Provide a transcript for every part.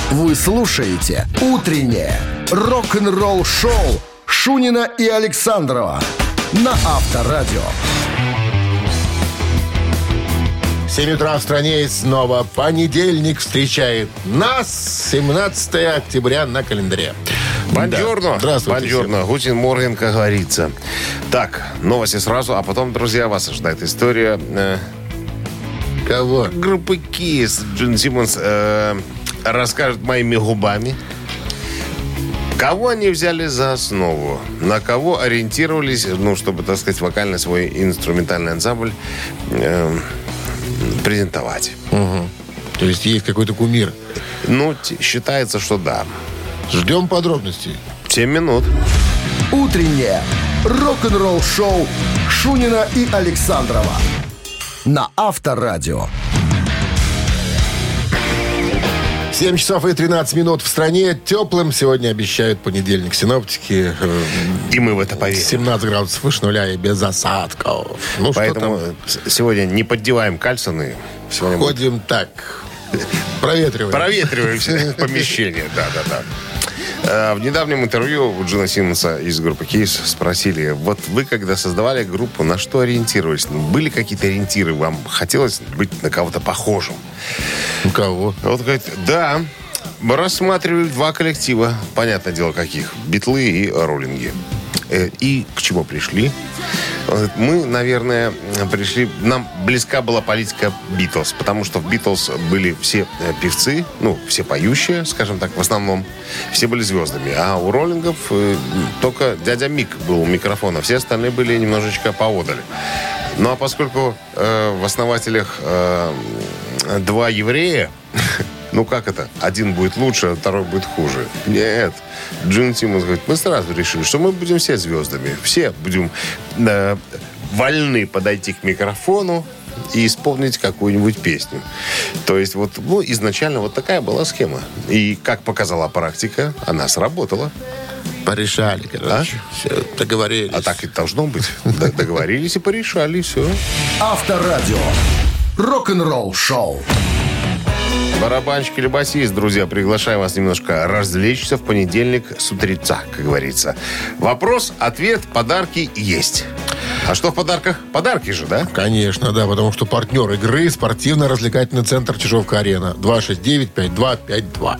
Вы слушаете «Утреннее рок-н-ролл-шоу» Шунина и Александрова на Авторадио. 7 утра в стране и снова понедельник встречает нас, 17 октября на календаре. Бонжорно. Да. Здравствуйте. Бонжорно. Гутен Морген, как говорится. Так, новости сразу, а потом, друзья, вас ожидает история... Кого? Группы Kiss. Джон Симмонс расскажет моими губами, кого они взяли за основу, на кого ориентировались, чтобы, так сказать, вокально свой инструментальный ансамбль презентовать. Угу. То есть какой-то кумир. Считается, что да. Ждем подробностей. 7 минут. «Утреннее рок-н-ролл-шоу» Шунина и Александрова на Авторадио. 7 часов и 13 минут в стране. Теплым сегодня обещают понедельник синоптики. И мы в это поверим. 17 градусов выше нуля и без осадков. Поэтому сегодня не поддеваем кальсоны. Ходим так. Проветриваем. Проветриваем все помещение. Да. В недавнем интервью у Джона Симмонса из группы Kiss спросили, вот вы, когда создавали группу, на что ориентировались? Были какие-то ориентиры? Вам хотелось быть на кого-то похожим? У кого? Вот говорит, да. Мы рассматривали 2 коллектива. Понятное дело, каких. Битлы и Роллинги. И к чему пришли? Мы, наверное, пришли... Нам близка была политика Битлз, потому что в Битлз были все певцы, все поющие, скажем так, в основном. Все были звездами. А у Роллингов только дядя Мик был у микрофона. Все остальные были немножечко поодаль. Ну, а поскольку в основателях 2 еврея... как это? Один будет лучше, а второй будет хуже. Нет. Джон Симмонс говорит, мы сразу решили, что мы будем все звездами. Все будем вольны подойти к микрофону и исполнить какую-нибудь песню. То есть изначально вот такая была схема. И, как показала практика, она сработала. Порешали, короче. Все, договорились. А так и должно быть. Договорились и порешали, и все. Авторадио. Рок-н-ролл-шоу. Барабанщик или басист, друзья, приглашаю вас немножко развлечься в понедельник с утреца, как говорится. Вопрос, ответ, подарки есть. А что в подарках? Подарки же, да? Конечно, да, потому что партнер игры — спортивно-развлекательный центр Чижовка-Арена. 269-5252.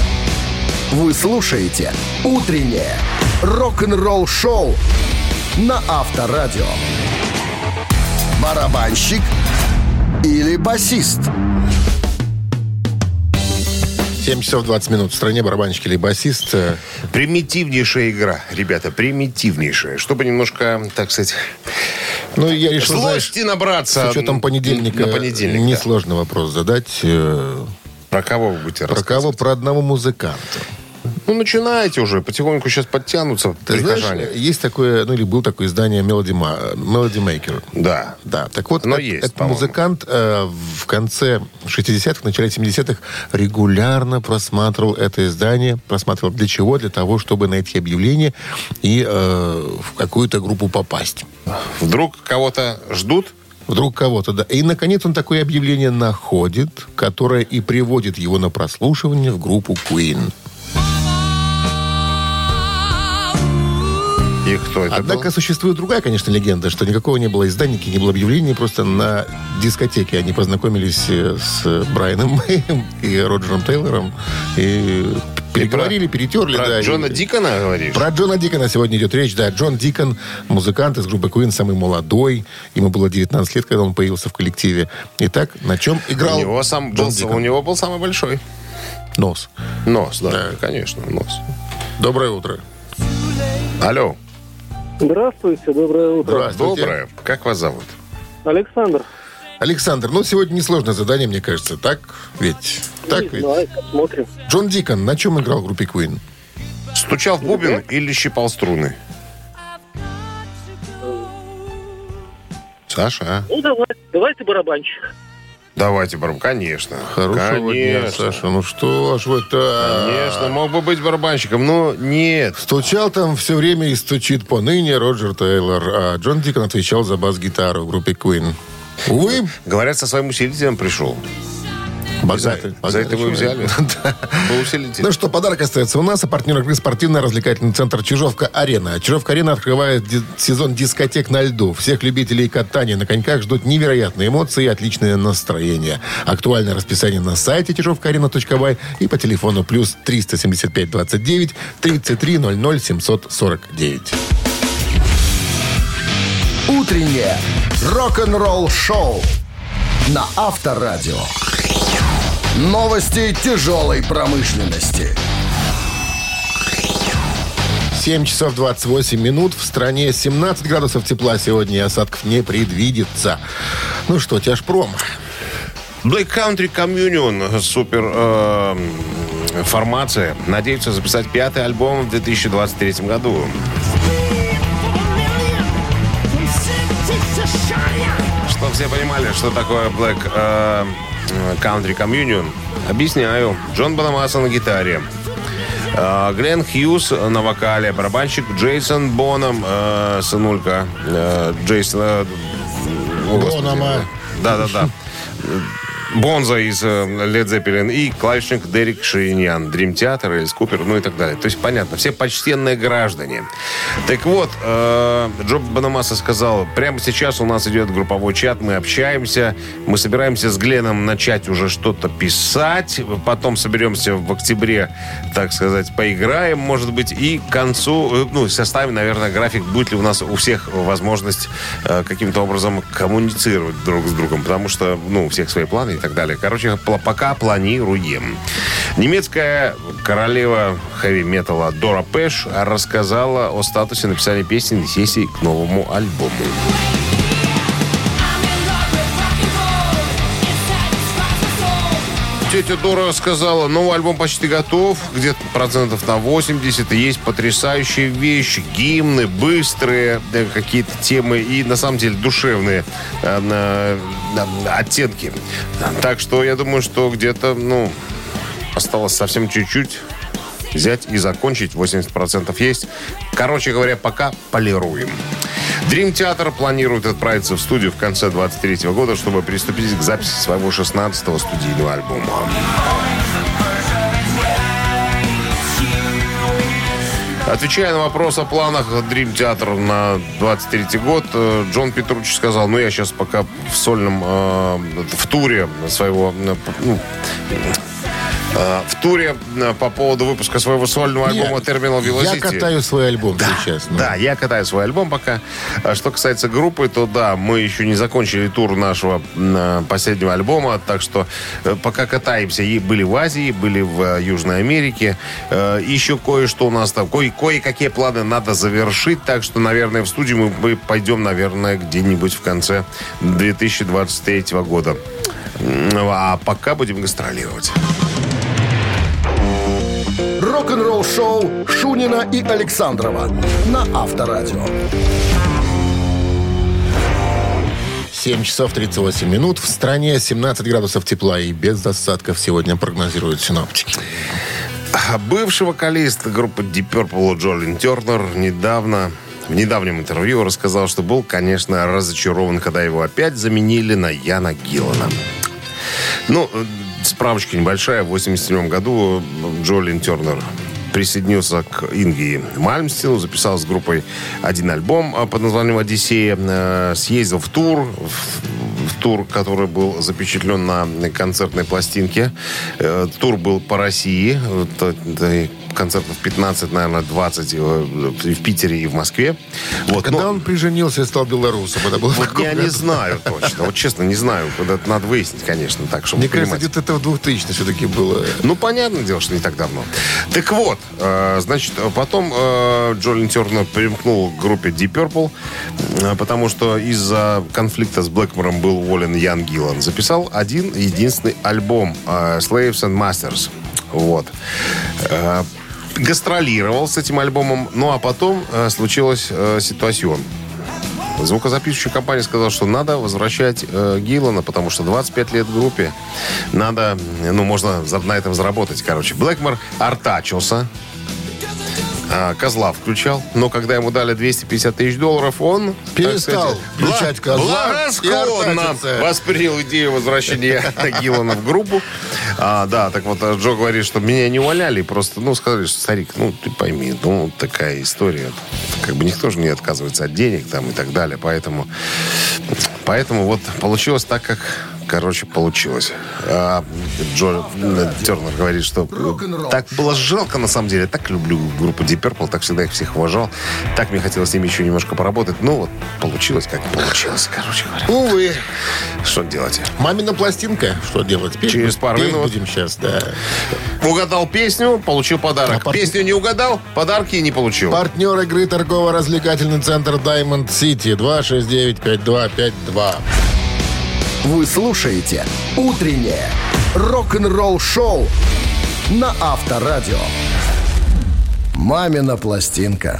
Вы слушаете «Утреннее рок-н-ролл-шоу» на Авторадио. Барабанщик или басист? 7 часов 20 минут в стране. Барабанщик или басист. Примитивнейшая игра, ребята, примитивнейшая. Чтобы немножко, так сказать, я решил, злости набраться. С учетом понедельника, несложный вопрос задать. Про кого вы будете рассказывать? Про кого? Про одного музыканта. Начинайте уже, потихоньку сейчас подтянутся. Ты знаешь, есть такое, или был такое издание Melody Maker. Да. Да. Так вот, этот музыкант в конце 60-х, начале 70-х регулярно просматривал это издание. Просматривал для чего? Для того, чтобы найти объявление и в какую-то группу попасть. Вдруг кого-то ждут? Вдруг кого-то, да. И, наконец, он такое объявление находит, которое и приводит его на прослушивание в группу Queen. И кто это Однако был? существует другая, конечно, легенда, что никакого не было издания, не было объявлений, просто на дискотеке они познакомились с Брайаном Мэем и Роджером Тейлором и переговорили, перетерли. Про Джона Дикона говоришь? Про Джона Дикона сегодня идет речь, да. Джон Дикон, музыкант из группы Queen, самый молодой. Ему было 19 лет, когда он появился в коллективе. Итак, на чем играл у него был самый большой. Нос. Нос, да, конечно, нос. Доброе утро. Алло. Здравствуйте, доброе утро. Здравствуйте. Доброе. Как вас зовут? Александр. Александр, сегодня несложное задание, мне кажется. Так ведь? Так ведь? Давай, посмотрим. Джон Дикон на чем играл в группе Queen? Стучал в бубен или щипал струны? Саша, Давайте барабанщик. Давайте, конечно. Хорошего дня, Саша. Что ж вы так? Конечно, мог бы быть барабанщиком, но нет. Стучал там все время и стучит поныне Роджер Тейлор, а Джон Дикон отвечал за бас-гитару в группе Queen. Увы. Говорят, со своим усилителем пришел. Богатый. За это вы взяли? Вы усилите. Ну что, подарок остается у нас. А партнер игры спортивно-развлекательный центр «Чижовка-Арена». «Чижовка-Арена» открывает сезон дискотек на льду. Всех любителей катания на коньках ждут невероятные эмоции и отличное настроение. Актуальное расписание на сайте чижовкаарена.бай и по телефону плюс 375 29 33 00 749. Утреннее рок-н-ролл-шоу на Авторадио. Новости тяжелой промышленности. 7 часов 28 минут. В стране 17 градусов тепла сегодня и осадков не предвидится. Ну что, тяжпром. Black Country Communion, супер формация, надеются записать 5-й альбом в 2023 году. Чтобы все понимали, что такое Black Country Communion, объясняю. Джон Бонамасса на гитаре, Глен Хьюз на вокале, барабанщик Джейсон Бонам, сынулька Джейсона Бонама. Да. Бонза из Led Zeppelin и клавишник Дерек Шейниан, Dream Theater, Элис Купер, ну и так далее. То есть, понятно, все почтенные граждане. Так вот, Джо Бонамасса сказал, прямо сейчас у нас идет групповой чат, мы общаемся, мы собираемся с Гленом начать уже что-то писать, потом соберемся в октябре, так сказать, поиграем, может быть, и к концу, составим, наверное, график, будет ли у нас у всех возможность каким-то образом коммуницировать друг с другом, потому что, у всех свои планы и так далее. Короче, пока планируем. Немецкая королева хэви-металла Дора Пэш рассказала о статусе написания песен и сессий к новому альбому. Тетя Дора сказала, новый альбом почти готов, где-то процентов на 80. Есть потрясающие вещи, гимны, быстрые какие-то темы и, на самом деле, душевные оттенки. Так что я думаю, что где-то, осталось совсем чуть-чуть взять и закончить. 80% есть. Короче говоря, пока полируем. Dream Theater планирует отправиться в студию в конце 2023 года, чтобы приступить к записи своего 16-го студийного альбома. Отвечая на вопрос о планах Dream Theater на 23 год, Джон Петруччи сказал, я сейчас пока в сольном, в туре своего... в туре по поводу выпуска своего сольного альбома «Terminal Velocity». Я катаю свой альбом сейчас. Да, я катаю свой альбом пока. Что касается группы, то да, мы еще не закончили тур нашего последнего альбома, так что пока катаемся. И были в Азии, были в Южной Америке. Еще кое-что у нас там, кое-какие планы надо завершить, так что, наверное, в студию мы пойдем, наверное, где-нибудь в конце 2023 года. А пока будем гастролировать. Рок-н-ролл-шоу Шунина и Александрова на Авторадио. 7 часов 38 минут. В стране 17 градусов тепла и без осадков сегодня прогнозируют синоптики. Бывший вокалист группы Deep Purple Джолин Тернер в недавнем интервью рассказал, что был, конечно, разочарован, когда его опять заменили на Яна Гиллана. Справочка небольшая. В 1987 году Джолин Тернер присоединился к Ингви Мальмстену, записал с группой один альбом под названием «Одиссея», съездил в тур, который был запечатлен на концертной пластинке. Тур был по России. Концертов 15, наверное, 20 в Питере и в Москве. Когда он приженился и стал белорусом? Это было я не знаю точно. Честно, не знаю. Это надо выяснить, конечно, так, чтобы Мне понимать. кажется, где-то это в 2000 все-таки было. Понятное дело, что не так давно. Так вот, значит, потом Джолин Тернер примкнул к группе Deep Purple, потому что из-за конфликта с Блэкмором был уволен Ян Гиллан. Записал один единственный альбом «Slaves and Masters». Вот. Гастролировал с этим альбомом, а потом случилась ситуация. Звукозаписывающая компания сказала, что надо возвращать Гиллана, потому что 25 лет в группе. Надо, можно на этом заработать, Блэкмор артачился. козла включал, но когда ему дали $250 тысяч, он Перестал включать козла благосклонно воспринял идею возвращения Гиллана в группу. Да, так вот, Джо говорит, что меня не увольняли, просто, сказали, что, старик, ты пойми, такая история. Как бы никто же не отказывается от денег там и так далее, поэтому вот получилось так, как... получилось. Джо Тернер говорит, что так было жалко, на самом деле. Я так люблю группу Deep Purple, так всегда их всех уважал. Так мне хотелось с ними еще немножко поработать. Получилось, как получилось, говоря. Увы. Что делать? Мамина пластинка. Что делать? Через пару минут будем сейчас, да. Угадал песню, получил подарок. Песню не угадал, подарки не получил. Партнер игры торгово-развлекательный центр Diamond City 269-5252. Вы слушаете «Утреннее рок-н-ролл-шоу» на Авторадио. «Мамина пластинка».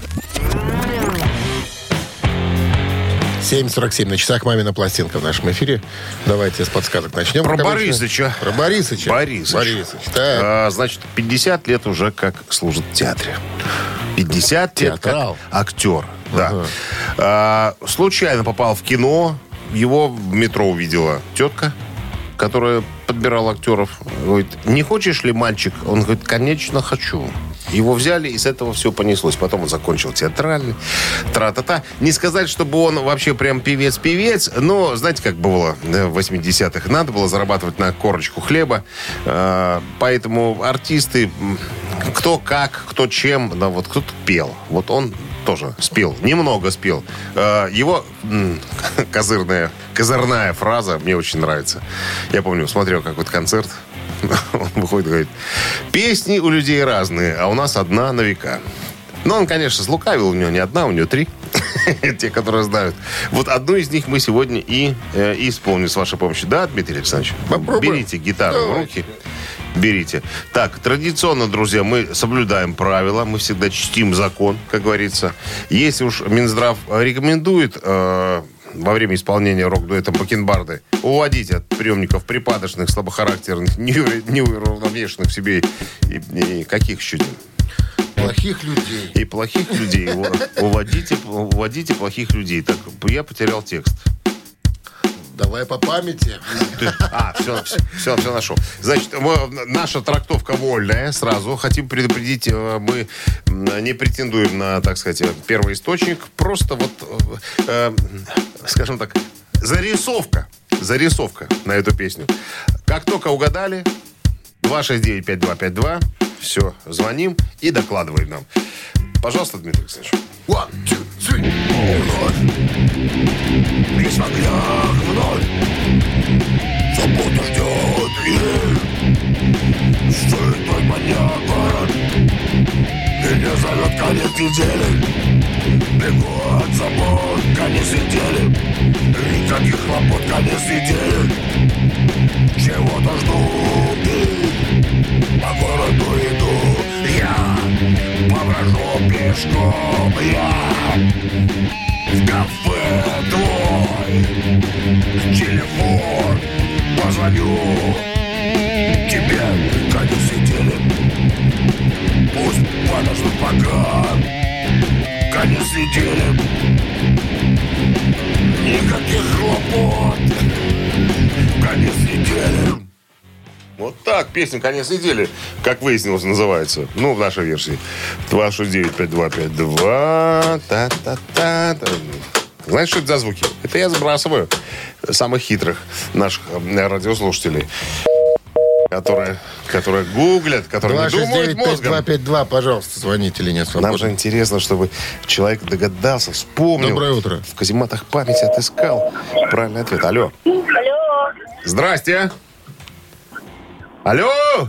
7:47 на часах. «Мамина пластинка» в нашем эфире. Давайте с подсказок начнем. Про Борисыча. Про Борисыча. Борисыч. Значит, 50 лет уже как служит в театре. 50 лет как актер. Да. Случайно попал в кино. Его в метро увидела тетка, которая подбирала актеров. Говорит, не хочешь ли, мальчик? Он говорит, конечно, хочу. Его взяли, и с этого все понеслось. Потом он закончил театральный. Тра-та-та. Не сказать, чтобы он вообще прям певец-певец, но, знаете, как было в 80-х? Надо было зарабатывать на корочку хлеба. Поэтому артисты, кто как, кто чем, кто-то пел. Вот он тоже спел, немного спел. Его козырная фраза мне очень нравится. Я помню, смотрел какой-то концерт. Он выходит и говорит, песни у людей разные, а у нас одна на века. Но он, конечно, слукавил, у него не одна, у него 3. Те, которые знают. Вот одну из них мы сегодня и исполним с вашей помощью. Да, Дмитрий Александрович? Берите гитару в руки. Берите. Так, традиционно, друзья, мы соблюдаем правила, мы всегда чтим закон, как говорится. Если уж Минздрав рекомендует во время исполнения рок-дуэтом Бакенбарды уводить от приемников припадочных, слабохарактерных, неуравновешенных в себе и каких еще плохих людей. И плохих людей. Уводите плохих людей. Так, я потерял текст. Давай по памяти. Все нашел. Значит, наша трактовка вольная. Сразу хотим предупредить, мы не претендуем на, так сказать, первоисточник. Просто скажем так, зарисовка на эту песню. Как только угадали, 269-5252, все, звоним и докладываем нам. Пожалуйста, Дмитрий Александрович. 1, 2, 3. Весь в огнях вновь. Суббота ждет. Стой, маньяк, город. Меня зовет конец недели. Бегу от забот, конец недели. Никаких хлопот, конец недели. Чего-то жду. По городу иду. Я поброжу пешком. Я в кафе твой. Телефон позвоню. Тебе конец недели. Пусть подождут пока. Конец недели. Никаких хлопот. Конец недели. Вот так песня «Конец недели», как выяснилось, называется. В нашей версии. 269-5252. Та-та-та. Знаешь, что это за звуки? Это я сбрасываю самых хитрых наших радиослушателей, которые гуглят, которые не думают мозгом. 269-5252, пожалуйста, звоните или нет. Нам же интересно, чтобы человек догадался, вспомнил. Доброе утро. В казематах памяти отыскал правильный ответ. Алло. Алло. Здрасте. Алло.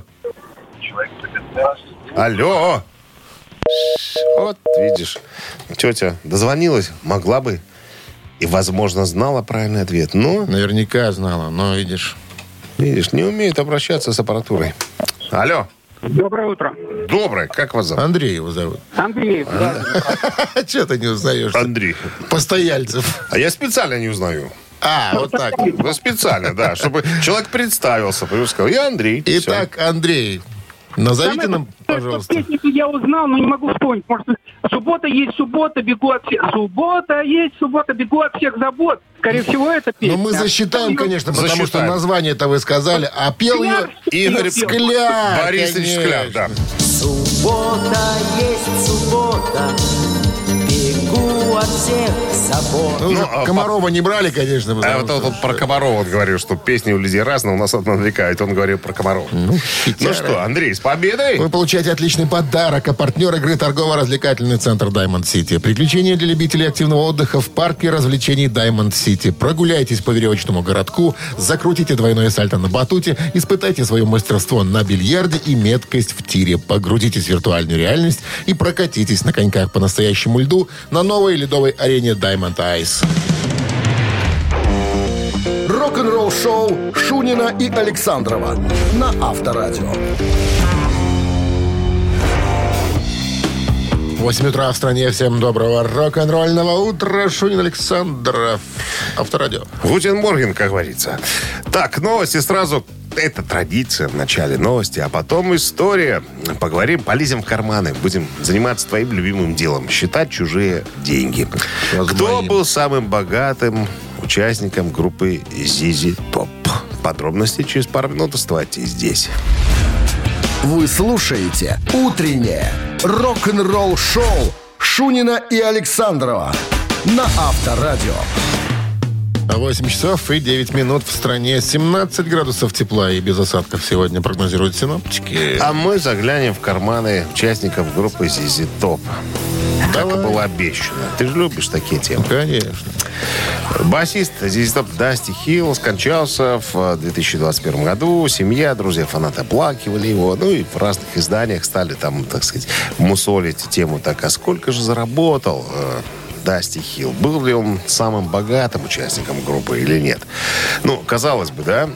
Алло. Вот, видишь, тетя дозвонилась, могла бы и, возможно, знала правильный ответ. Но... Наверняка знала, но видишь, не умеет обращаться с аппаратурой. Алло. Доброе утро. Доброе. Как вас зовут? Андрей его зовут. Андрей, да. Че ты не узнаешь? Андрей. Постояльцев. А я специально не узнаю. Вот так. Специально, да, чтобы человек представился, сказал, я Андрей. Итак, Андрей, Назовите нам, пожалуйста. Песню я узнал, но не могу вспомнить. Может, суббота есть суббота, бегу от всех. Суббота есть суббота, бегу от всех забот. Скорее всего, это песня. Ну, мы засчитаем, конечно, потому что Засчитаем. название-то вы сказали, а пел ее Игорь Скляр. Борисович Скляр, да. Суббота есть суббота, бегу от всех забот. Ну, Комарова не брали, конечно. А потому вот что- он про Комарова он говорил, что песни у людей разные, у нас одна навлекает. Он говорил про Комарова. Ну что, Андрей, с победой! Вы получаете отличный подарок. А партнер игры торгово-развлекательный центр Diamond City. Приключения для любителей активного отдыха в парке развлечений Diamond City. Прогуляйтесь по веревочному городку, закрутите двойное сальто на батуте, испытайте свое мастерство на бильярде и меткость в тире. Погрузитесь в виртуальную реальность и прокатитесь на коньках по настоящему льду на новой ледовой арене Diamond Ice. Рок-н-ролл шоу Шунина и Александрова на Авторадио. 8 утра в стране. Всем доброго рок-н-ролльного утра. Шунин, Александров. Авторадио. Гутен Морген, как говорится. Так, новости сразу. Это традиция в начале новости, а потом история. Поговорим, полезем в карманы. Будем заниматься твоим любимым делом. Считать чужие деньги. Кто был самым богатым участником группы ZZ Top? Подробности через пару минут. Оставайтесь здесь. Вы слушаете «Утреннее рок-н-ролл-шоу» Шунина и Александрова на Авторадио. 8 часов и 9 минут в стране. 17 градусов тепла и без осадков сегодня прогнозируют синоптики. А мы заглянем в карманы участников группы ZZ Top. Как и было обещано. Ты же любишь такие темы. Конечно. Басист ZZ Top Дасти Хилл скончался в 2021 году. Семья, друзья, фанаты оплакивали его. Ну и в разных изданиях стали там, так сказать, мусолить тему так. А сколько же заработал Дасти Хилл? Был ли он самым богатым участником группы или нет? Ну, казалось бы, да.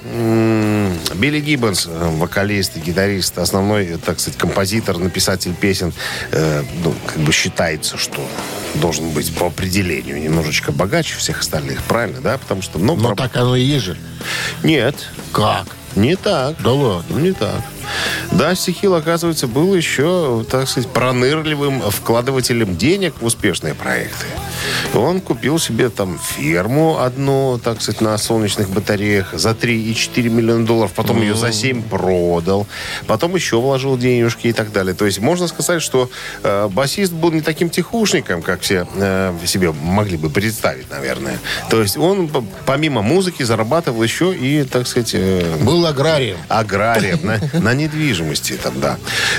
Билли Гиббонс, вокалист и гитарист, основной, так сказать, композитор, написатель песен, ну, как бы считается, что должен быть по определению немножечко богаче всех остальных, правильно, да? Потому что, ну, Но так оно и есть же. Нет, Как? не так. Да ладно. Не так. Дасти Хилл, оказывается, был еще, так сказать, пронырливым вкладывателем денег в успешные проекты. Он купил себе там ферму одну, так сказать, на солнечных батареях за 3,4 миллиона долларов. Потом ее за 7 продал. Потом еще вложил денежки и так далее. То есть можно сказать, что басист был не таким тихушником, как все себе могли бы представить, наверное. То есть он помимо музыки зарабатывал еще и, так сказать... Был аграрием. аграрием, на недвижимости там, да.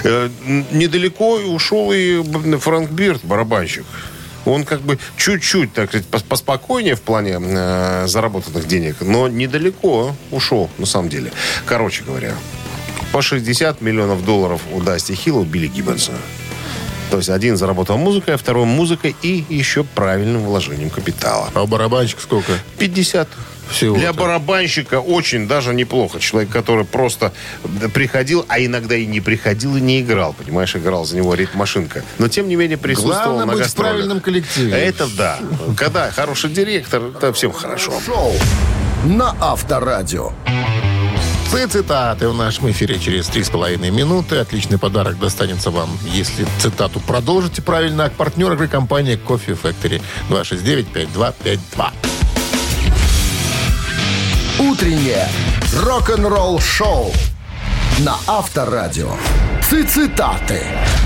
Недалеко ушел и Фрэнк Бирд, барабанщик. Он как бы чуть-чуть, так сказать, поспокойнее в плане заработанных денег, но недалеко ушел, на самом деле. Короче говоря, по 60 миллионов долларов у Дасти Хилла, у Билли Гиббонса. То есть один заработал музыкой, а второй музыкой и еще правильным вложением капитала. А у барабанщика сколько? 50. Всего Для так. барабанщика очень даже неплохо. Человек, который просто приходил, а иногда и не приходил, и не играл. Понимаешь, играл за него ритм-машинка. Но, тем не менее, присутствовал Главное на быть в гастролях. правильном коллективе. Это да. Когда хороший директор, это всем хорошо. Шоу на Авторадио. Цитаты в нашем эфире через 3,5 минуты. Отличный подарок достанется вам, если цитату продолжите правильно. А партнер игры компания Coffee Factory 269-5252. Утреннее рок-н-ролл-шоу на Авторадио. Цитаты.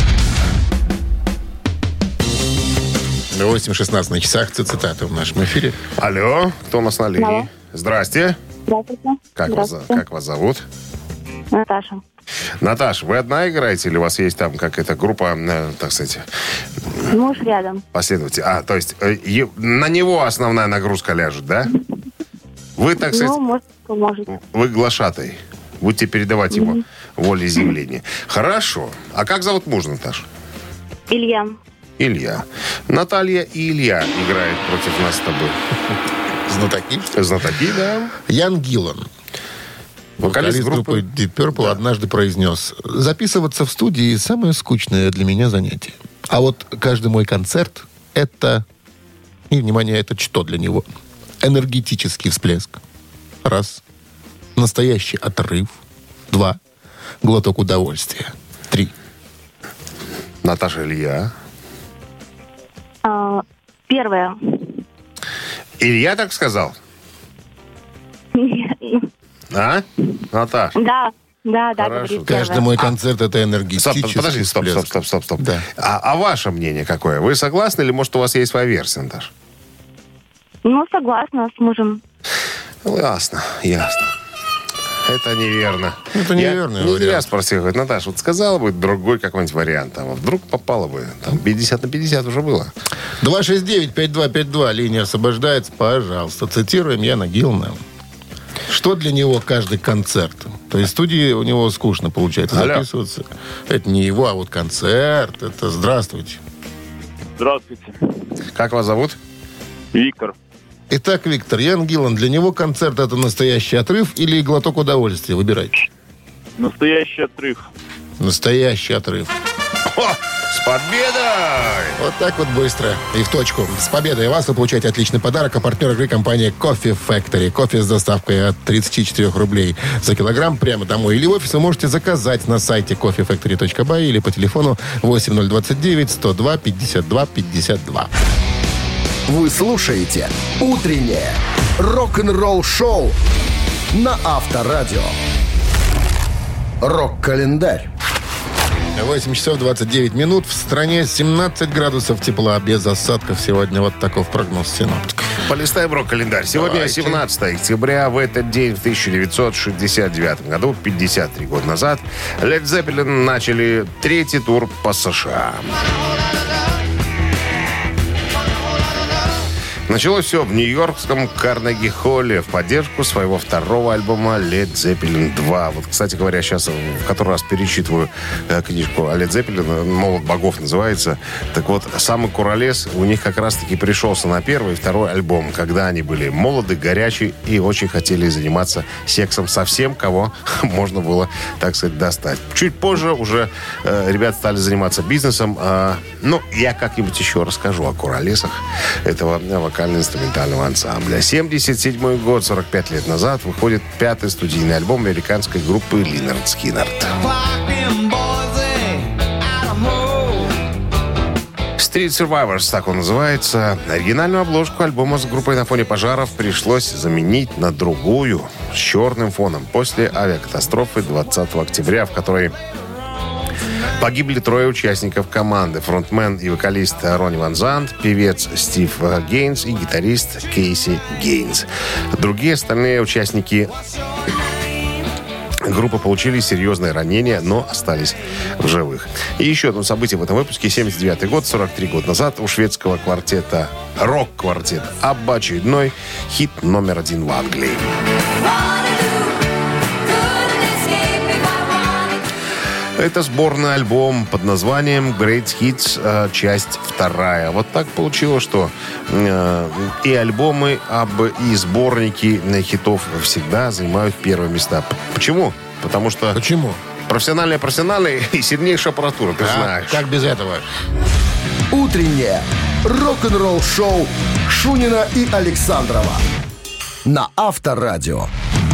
8:16 на часах. Цитаты в нашем эфире. Алло, кто у нас на линии? Алло. Здрасте. Здравствуйте. Как вас зовут? Наташа. Наташа, вы одна играете или у вас есть там какая-то группа, так сказать, Муж рядом. последователей? А, то есть на него основная нагрузка ляжет, да? Вы, так сказать, Ну, может, поможет. вы глашатай. Будете передавать ему волеизъявление. Хорошо. А как зовут мужа, Наташа? Илья. Илья. Наталья и Илья играют против нас с тобой. Знатоки. Знатоки, да. Ян Гиллан, вокалист группы Deep Purple, однажды произнес: записываться в студии — самое скучное для меня занятие. А вот каждый мой концерт — это... И, внимание, это что для него? Энергетический всплеск. Раз. Настоящий отрыв. Два. Глоток удовольствия. Наташа или я? Первое. Илья так сказал? А? Наташ? Да, Хорошо. говорит Каждый первое. мой концерт — это энергетический Подожди, всплеск. стоп. Да. А ваше мнение какое? Вы согласны или, может, у вас есть своя версия, Наташ? Ну, согласна с мужем. Ясно. Это неверно. Это неверный Не вариант. зря спросил, говорит, Наташа, вот сказала бы другой какой-нибудь вариант, там, а вдруг попало бы, там, 50/50 уже было. 269-5252, линия освобождается, пожалуйста. Цитируем Яна Гиллана. Что для него каждый концерт? То есть в студии у него скучно получается Алло. записываться. Это не его, а вот концерт. Это здравствуйте. Здравствуйте. Как вас зовут? Виктор. Итак, Виктор, Ян Гиллан, для него концерт — это настоящий отрыв или глоток удовольствия? Выбирайте. Настоящий отрыв. Настоящий отрыв. О, с победой! Вот так вот быстро и в точку. С победой вас вы получаете отличный подарок. А партнер игры — компания Coffee Factory. Кофе с доставкой от 34 рублей за килограмм прямо домой. Или в офис вы можете заказать на сайте coffeefactory.by или по телефону 8029 102 52 52. Вы слушаете «Утреннее рок-н-ролл-шоу» на Авторадио. Рок-календарь. 8 часов 29 минут. В стране 17 градусов тепла без осадков. Сегодня вот таков прогноз синоптиков. Полистаем рок-календарь. Сегодня Давайте. 17 октября. В этот день, в 1969 году, 53 года назад, Led Zeppelin начали третий тур по США. Началось все в нью-йоркском Карнеги-холле в поддержку своего второго альбома Led Zeppelin 2. Вот, кстати говоря, сейчас в который раз перечитываю книжку о Led Zeppelin, «Молот богов» называется. Так вот, самый куролес у них как раз-таки пришелся на первый и второй альбом, когда они были молоды, горячие и очень хотели заниматься сексом со всем, кого можно было, так сказать, достать. Чуть позже уже ребята стали заниматься бизнесом. Ну, я как-нибудь еще расскажу о куролесах этого вокально-инструментального ансамбля. 1977 год, 45 лет назад, выходит пятый студийный альбом американской группы Линард Скиннерд. Street Survivors, так он называется. Оригинальную обложку альбома с группой на фоне пожаров пришлось заменить на другую с черным фоном после авиакатастрофы 20 октября, в которой погибли трое участников команды. Фронтмен и вокалист Ронни Ван Зант, певец Стив Гейнс и гитарист Кейси Гейнс. Другие остальные участники группы получили серьезные ранения, но остались в живых. И еще одно событие в этом выпуске. 79 год, 43 года назад, у шведского квартета, рок-квартет Абба очередной хит номер 1 в Англии. Это сборный альбом под названием Great Hits, часть 2. Вот так получилось, что и альбомы и сборники хитов всегда занимают первые места. Почему? Потому что... Почему? Профессиональные и сильнейшая аппаратура, ты знаешь. Как без этого? Утреннее рок-н-ролл-шоу Шунина и Александрова на Авторадио.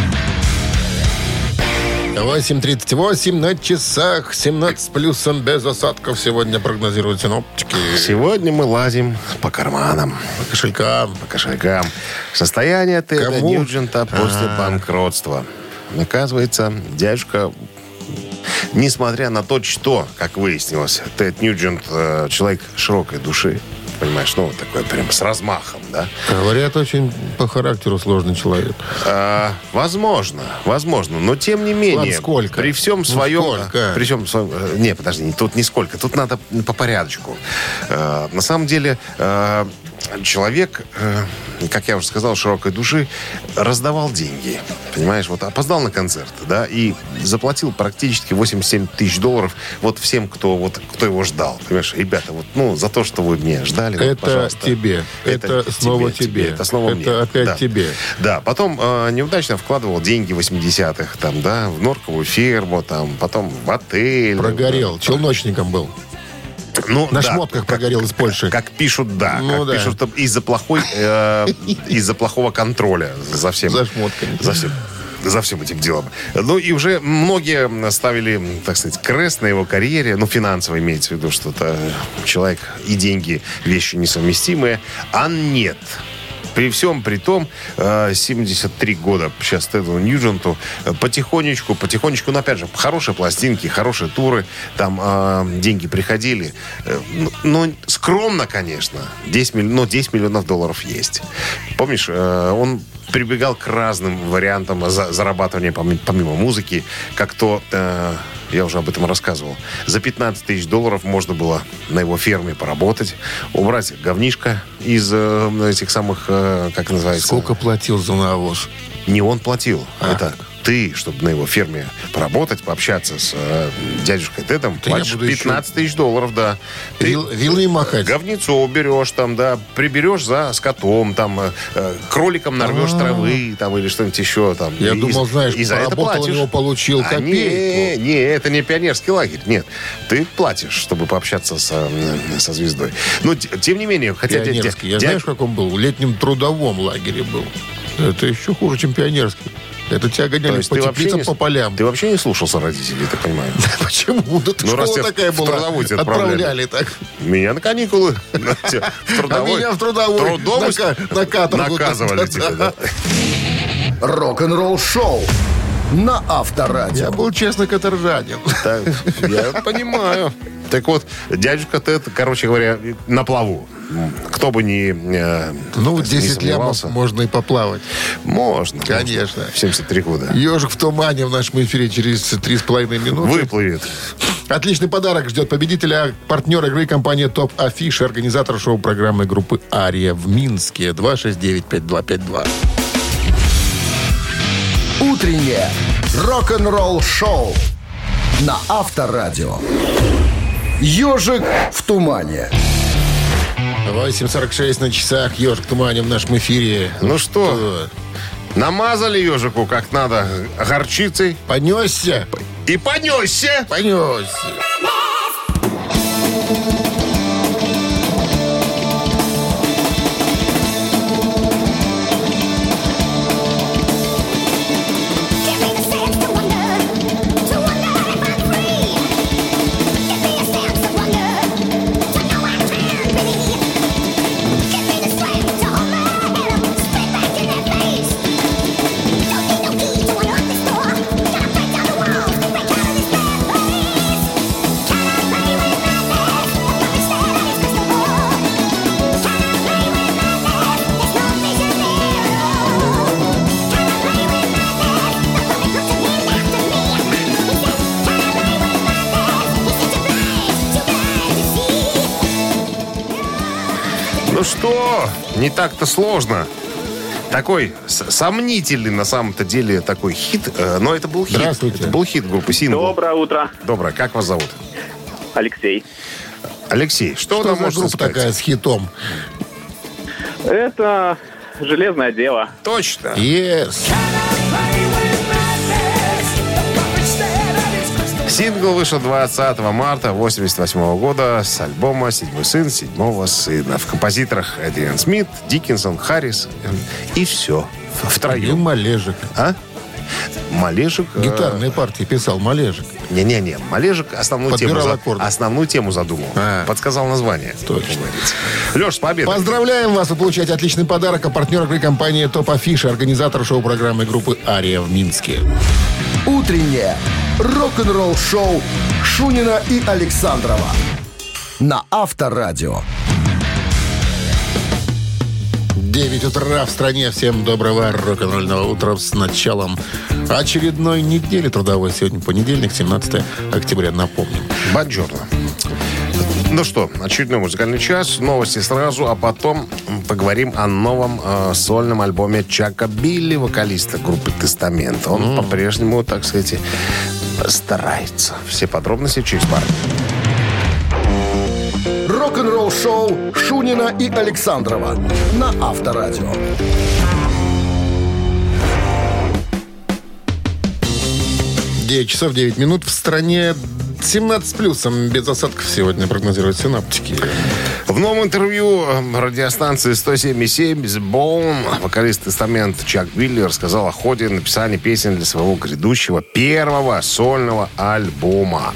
8:38 на часах, 17 с плюсом, без осадков сегодня прогнозируют синоптики. Сегодня мы лазим по карманам. По кошелькам. По кошелькам. Состояние Теда Кому? Ньюджента после банкротства. Оказывается, дядюшка, несмотря на то, что, как выяснилось, Тед Ньюджент человек широкой души, понимаешь, ну, вот такой прям с размахом, да? Говорят, очень по характеру сложный человек. Возможно, но тем не менее, Ладно, сколько? При всем своем... Сколько? При всем своем... Не, подожди, тут не сколько, тут надо по порядочку. На самом деле, человек, как я уже сказал, широкой души, раздавал деньги. Понимаешь, вот опоздал на концерт, да, и заплатил практически $87 тысяч вот всем, кто его ждал. Понимаешь, ребята, вот, ну, за то, что вы меня ждали, вот, Это пожалуйста. тебе. Это снова тебе. Это снова мне. Это опять Да. тебе. Да, потом неудачно вкладывал деньги 80-х, там, да, в норковую ферму, там, потом в отель. Прогорел. Челночником был. Ну, На да, шмотках прогорел из Польши. Как пишут, да. Ну, как да. пишут, что из-за плохого контроля за всем. За шмотками. За всем. за всем этим делом. Ну, и уже многие ставили, так сказать, крест на его карьере. Ну, финансово имеется в виду, что это человек и деньги — вещи несовместимые. А нет. При всем при том, 73 года сейчас Теду Ньюдженту, потихонечку, но опять же, хорошие пластинки, хорошие туры, там деньги приходили. Но скромно, конечно, 10 миллионов долларов есть. Помнишь, он прибегал к разным вариантам зарабатывания помимо музыки, как то... Я уже об этом рассказывал. За 15 тысяч долларов можно было на его ферме поработать, убрать говнишко из этих самых, как называется... Сколько платил за навоз? Не он платил. Это ты, чтобы на его ферме поработать, пообщаться с дядюшкой Тедом, платишь 15 тысяч долларов, да. Вилы махать. Говнецо уберешь там, да, приберешь за скотом, там, кроликом нарвешь травы, там, или что-нибудь еще. Там. Я думал, знаешь, поработал у него, получил копейку. Не, это не пионерский лагерь, нет. Ты платишь, чтобы пообщаться со звездой. Но, тем не менее, хотя... Пионерский. Знаешь, как он был? В летнем трудовом лагере был. Это еще хуже, чем пионерский. Это тебя гоняли по теплицам, по полям. Ты вообще не слушался родителей, я так понимаю? Почему? Да школа такая была. Отправляли так. Меня на каникулы. А меня в трудовой. На каторгу. Наказывали тебя, да? Рок-н-ролл шоу на Авторадио. Я был честно каторжанин. Я понимаю. Так вот, дядюшка Тед, короче говоря, на плаву. Кто бы ни 10 лямов можно и поплавать. Можно. Конечно. В 73 года. «Ежик в тумане» в нашем эфире через 3,5 минуты. Выплывет. Отличный подарок ждет победителя. Партнер игры — компания «Топ Афиш», организатор шоу-программы группы «Ария» в Минске. 269-5252. Утреннее рок-н-ролл шоу на Авторадио. «Ежик в тумане». 8:46 на часах. «Ежик в тумане» в нашем эфире. Ну что, намазали ежику как надо горчицей. Понесся. И понесся. Понесся. Ну что, не так-то сложно. Такой сомнительный на самом-то деле такой хит. Но это был хит. Здравствуйте. Это был хит группы «Сингл». Доброе утро. Доброе. Как вас зовут? Алексей. Алексей, что за нам можно группа сказать? такая с хитом? Это «Железное дело». Точно. Yes. Сингл вышел 20 марта 1988 года с альбома «Седьмой сын седьмого сына». В композиторах Эдриан Смит, Диккенсон, Харрис и все. И Втроем. Малежик. А? Малежик... Гитарные партии писал Малежик. Не-не-не. Малежик основную тему задумал. Подсказал название. Точно. Леш, с победой. Поздравляем вас! Вы получаете отличный подарок. А партнер игры — компания «Топ Афиш», организатор шоу-программы группы «Ария» в Минске. Утреннее рок-н-ролл шоу Шунина и Александрова на Авторадио. 9 утра в стране. Всем доброго рок-н-ролльного утра с началом очередной недели трудовой. Сегодня понедельник, 17 октября. Напомним. Бонжорно. Ну что, очередной музыкальный час. Новости сразу, а потом поговорим о новом сольном альбоме Чака Билли, вокалиста группы «Тестамент». Он по-прежнему, так сказать, старается. Все подробности через пару. Рок-н-ролл шоу Шунина и Александрова на Авторадио. Часов 9 минут в стране. 17 плюсом без осадков сегодня прогнозируют синаптики. В новом интервью радиостанции 107.7 The Bone вокалист-инструмент Чак Билли рассказал о ходе написания песен для своего грядущего первого сольного альбома.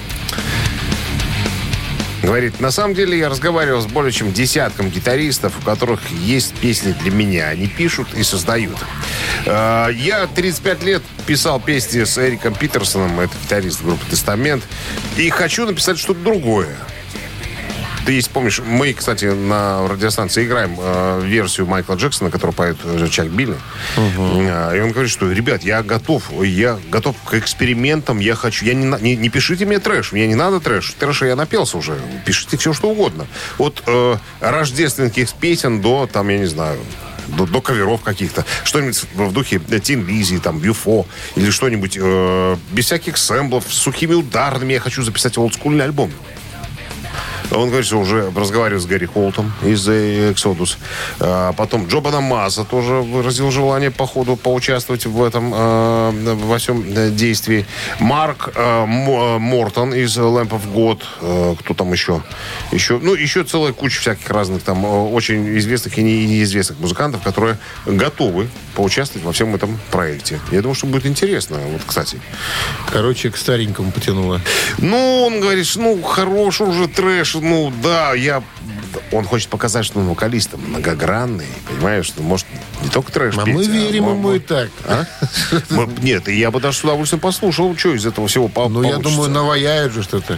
Говорит, на самом деле я разговаривал с более чем десятком гитаристов, у которых есть песни для меня. Они пишут и создают. Я 35 лет писал песни с Эриком Питерсоном, это гитарист группы «Тестамент», и хочу написать что-то другое. Ты, если помнишь, мы, кстати, на радиостанции играем версию Майкла Джексона, которую поет Чак Билли. И он говорит, что, ребят, я готов к экспериментам, я хочу... Не пишите мне трэш, мне не надо трэш. Трэша я напелся уже. Пишите все, что угодно. От рождественских песен до, там, я не знаю... До каверов каких-то. Что-нибудь в духе Тин Лизи, там, Юфо, или что-нибудь без всяких сэмплов, с сухими ударными. Я хочу записать олдскульный альбом. Он говорит, что уже разговаривал с Гэри Холтом из Exodus. Потом Джо Бонамасса тоже выразил желание по ходу поучаствовать в этом во всем действии. Марк Мортон из Lamp of God. Кто там еще? Еще целая куча всяких разных там очень известных и неизвестных музыкантов, которые готовы поучаствовать во всем этом проекте. Я думаю, что будет интересно. Вот, кстати. Короче, к старенькому потянуло. Он говорит, хороший уже трэш. Он хочет показать, что он вокалист многогранный, понимаешь, что может не только трэш петь. Мы верим ему и так. Нет, я бы даже с удовольствием послушал, что из этого всего получится. Я думаю, наваяют же что-то.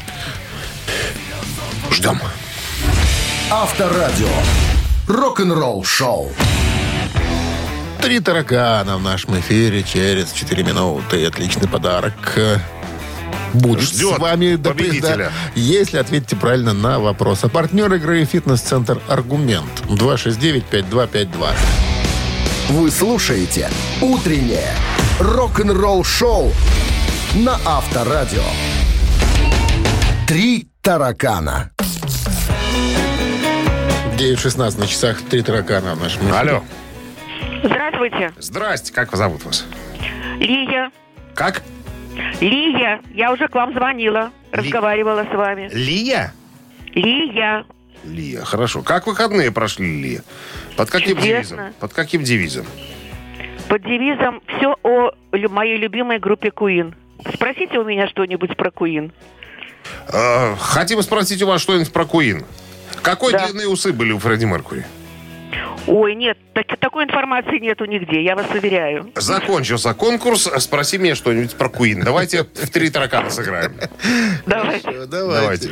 Ждем. Авторадио. Рок-н-ролл шоу. 3 таракана в нашем эфире через 4 минуты. Отличный подарок будет ждет с вами победителя. Если ответите правильно на вопрос. А партнер игры «Фитнес-центр Аргумент». 269-5252. Вы слушаете «Утреннее рок-н-ролл-шоу» на Авторадио. 3 таракана. 9:16 на часах. 3 таракана в нашем эфире. Алло. Здравствуйте. Здрасте. Как вас зовут вас? Лия. Как? Лия. Я уже к вам звонила. Разговаривала с вами. Лия? Лия. Лия. Хорошо. Как выходные прошли, Лия? Под каким девизом? Под каким девизом? Под девизом «Все о моей любимой группе Queen». Спросите у меня что-нибудь про Queen. Хотим спросить у вас что-нибудь про Queen. Какой длины усы были у Фредди Меркьюри? Ой, нет, такой информации нету нигде, я вас уверяю. Закончился конкурс. Спроси меня что-нибудь про Queen. Давайте в 3 таракана сыграем. Давайте.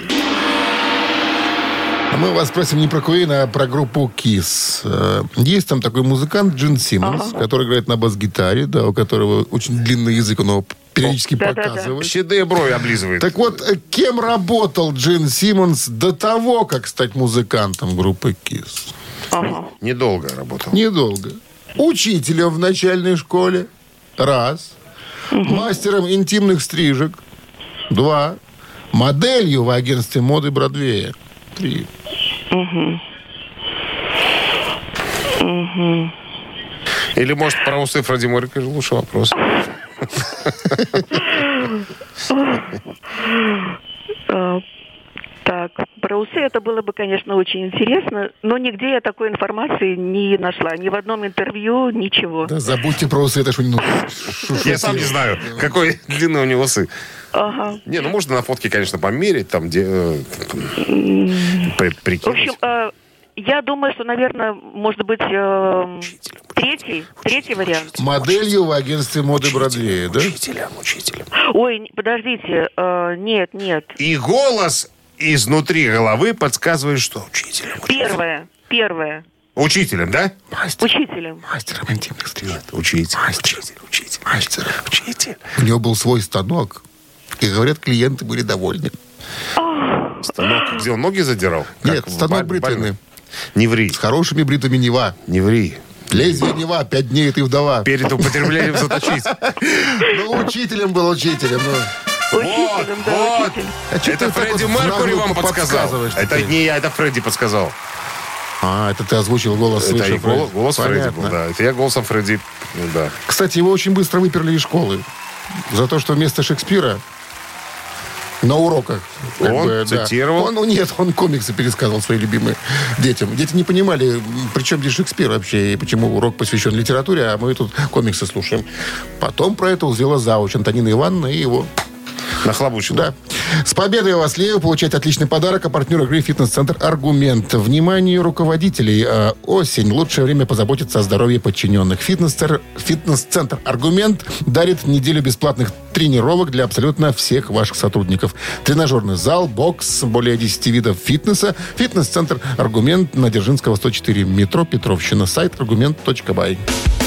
Мы вас спросим не про Queen, а про группу Kiss. Есть там такой музыкант Джин Симмонс, который играет на бас-гитаре, у которого очень длинный язык, он его периодически показывает. Седые брови облизывает. Так вот, кем работал Джин Симмонс до того, как стать музыкантом группы Kiss? Недолго работал. Недолго. Учителем в начальной школе. 1. Мастером интимных стрижек. 2. Моделью в агентстве моды Бродвея. 3. Или, может, про усы Фредди Меркьюри лучше вопрос. Так, про усы это было бы, конечно, очень интересно, но нигде я такой информации не нашла. Ни в одном интервью, ничего. Да забудьте про усы, это что-нибудь... Я сам не знаю, какой длины у него усы. Ага. Не, можно на фотке, конечно, померить, там, где... В общем, я думаю, что, наверное, может быть, третий вариант. Моделью в агентстве моды Бродвея, да? Учителем. Ой, подождите, нет. И голос изнутри головы подсказывает, что учителем. Первое. Учителем, да? Учителем. Мастером интимных стрижек. Учитель. Учитель. У него был свой станок. И, говорят, клиенты были довольны. Станок, где он ноги задирал? Нет, станок бритвенный. Не ври. С хорошими бритвами Нева. Не ври. Лезвие Нева, 5 дней, ты вдова. Перед употреблением заточить. Учителем был, учителем. Вот. Это Фредди Меркьюри вам подсказал. Это не я, это Фредди подсказал. Это ты озвучил голос Это свыше, голос Фредди был, да. Это я голосом Фредди, да. Кстати, его очень быстро выперли из школы. За то, что вместо Шекспира На уроках. Он цитировал? Он комиксы пересказывал свои любимые детям. Дети не понимали, при чем здесь Шекспир вообще, и почему урок посвящен литературе, а мы тут комиксы слушаем. Потом про это взяла завуч Антонина Ивановна и его... Нахлобучил. Да. С победой вас, Лео, получать отличный подарок. А партнер игры «Фитнес-центр Аргумент». Внимание руководителей. Осень. Лучшее время позаботиться о здоровье подчиненных. «Фитнес-центр Аргумент» дарит неделю бесплатных тренировок для абсолютно всех ваших сотрудников. Тренажерный зал, бокс, более 10 видов фитнеса. «Фитнес-центр Аргумент» на Дзержинского, 104, метро Петровщина. Сайт argument.by.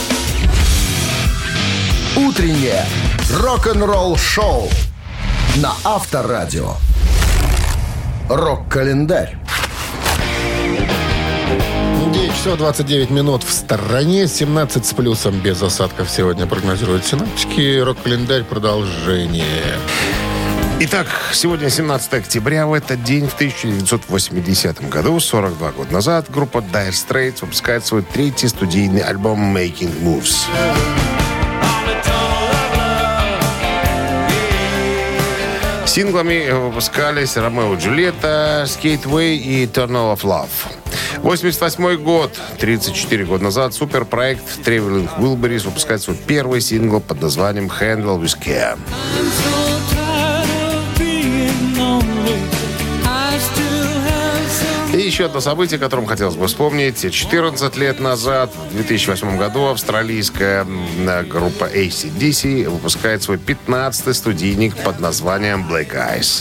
Утреннее рок-н-ролл-шоу на Авторадио. Рок-календарь. 9 часов 29 минут в стороне. 17 с плюсом без осадков сегодня прогнозируют синаптики. Рок-календарь, продолжение. Итак, сегодня 17 октября. В этот день, в 1980 году, 42 года назад, группа Dire Straits выпускает свой третий студийный альбом «Making Moves». Синглами выпускались «Ромео и Джульетта», «Skateway» и «Eternal of Love». 88 год, 34 года назад, суперпроект Traveling Wilburys выпускает свой первый сингл под названием «Handle with Care». И еще одно событие, о котором хотелось бы вспомнить. 14 лет назад, в 2008 году, австралийская группа AC/DC выпускает свой 15-й студийник под названием «Black Eyes».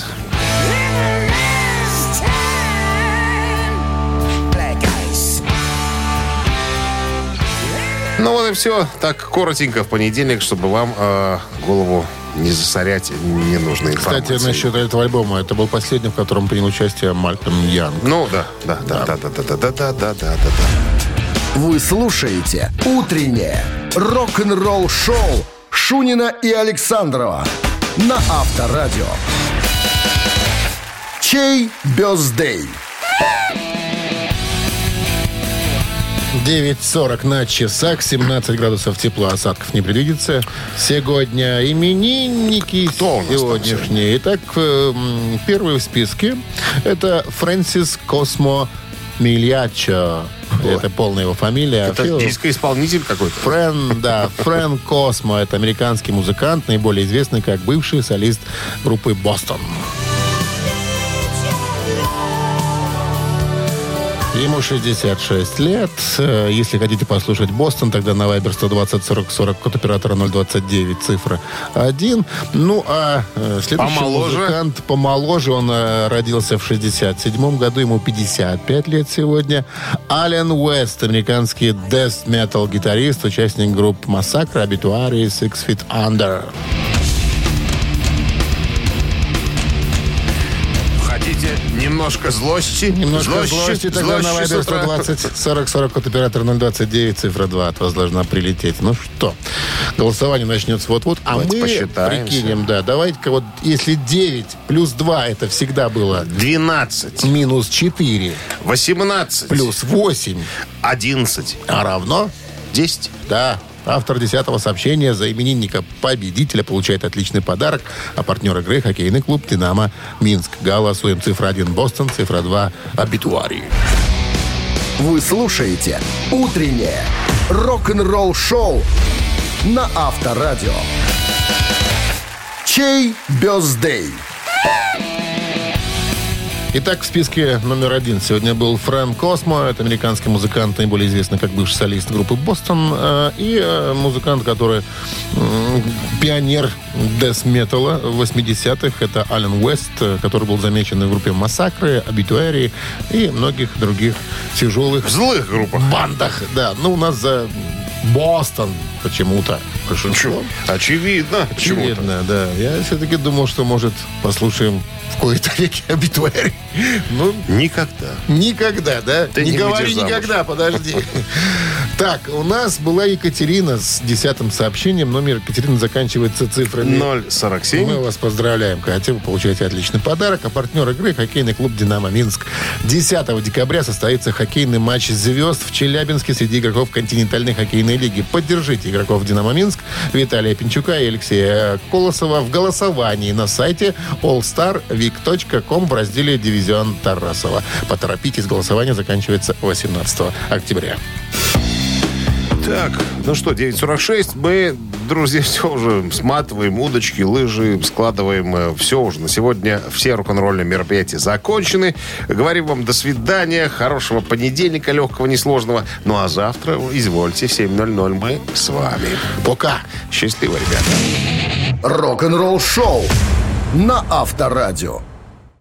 Ну вот и все. Так коротенько в понедельник, чтобы вам голову не засорять ненужной информацией. Кстати, насчет этого альбома. Это был последний, в котором принял участие Малькольм Янг. Ну да. Вы слушаете «Утреннее рок-н-ролл-шоу» Шунина и Александрова на Авторадио. Чей бёздей? 9:40 на часах, 17 градусов тепла, осадков не предвидится. Сегодня именинники сегодняшние. Итак, первый в списке это Фрэнсис Космо Мильячо. Это полная его фамилия. Это дискоисполнитель какой-то? Фрэнк Космо. Это американский музыкант, наиболее известный как бывший солист группы «Бостон». Ему 66 лет. Если хотите послушать «Бостон», тогда на Viber 120-40-40, код оператора 029, цифра 1. Ну, а следующий музыкант помоложе. Он родился в 67 году, ему 55 лет сегодня. Ален Уэст, американский death-metal гитарист, участник групп «Массакр», «Обитуари», «Six Feet Under». Немножко злости. Тогда на Viber 120-40-40, код оператора 029, цифра 2 от вас должна прилететь. Ну что, голосование начнется вот-вот. А давайте мы посчитаемся. Прикинем, да. Давайте-ка вот, если 9 плюс 2, это всегда было 12. Минус 4. 18. Плюс 8. 11. А равно? 10. Да. Автор 10-го сообщения за именинника победителя получает отличный подарок. А партнер игры — хоккейный клуб «Динамо» Минск. Голосуем. Цифра 1 «Бостон», цифра 2 «Обитуари». Вы слушаете «Утреннее рок-н-ролл-шоу» на Авторадио. Чей бёздей? Итак, в списке номер 1 сегодня был Фрэнк Космо. Это американский музыкант, наиболее известный как бывший солист группы «Бостон». И музыкант, который пионер дэс-металла 80-х. Это Ален Уэст, который был замечен в группе «Массакры», «Обитуари» и многих других тяжелых... злых группах. Бандах. Да, ну у нас за «Бостон» почему-то. Очевидно. Очевидно, да. Я все-таки думал, что, может, послушаем в кои-то веки «Обитуари». Ну, Никогда, да? Ты не не говори выйдешь замуж. никогда, подожди. Так, у нас была Екатерина с 10-м сообщением. Номер Екатерины заканчивается цифрами 047. Мы вас поздравляем, Катя. Вы получаете отличный подарок. А партнер игры — хоккейный клуб «Динамо» Минск. 10 декабря состоится хоккейный матч звезд в Челябинске среди игроков континентальной хоккейной лиги. Поддержите игроков «Динамо» Минск Смоленск, Виталия Пинчука и Алексея Колосова в голосовании на сайте allstarvik.com в разделе «Дивизион Тарасова». Поторопитесь, голосование заканчивается 18 октября. Так, ну что, 9:46. Мы, друзья, все уже сматываем удочки, лыжи, складываем все уже. На сегодня все рок-н-ролльные мероприятия закончены. Говорим вам до свидания, хорошего понедельника, легкого, несложного. Ну а завтра, извольте, в 7:00 мы с вами. Пока. Счастливо, ребята. Рок-н-ролл шоу на Авторадио.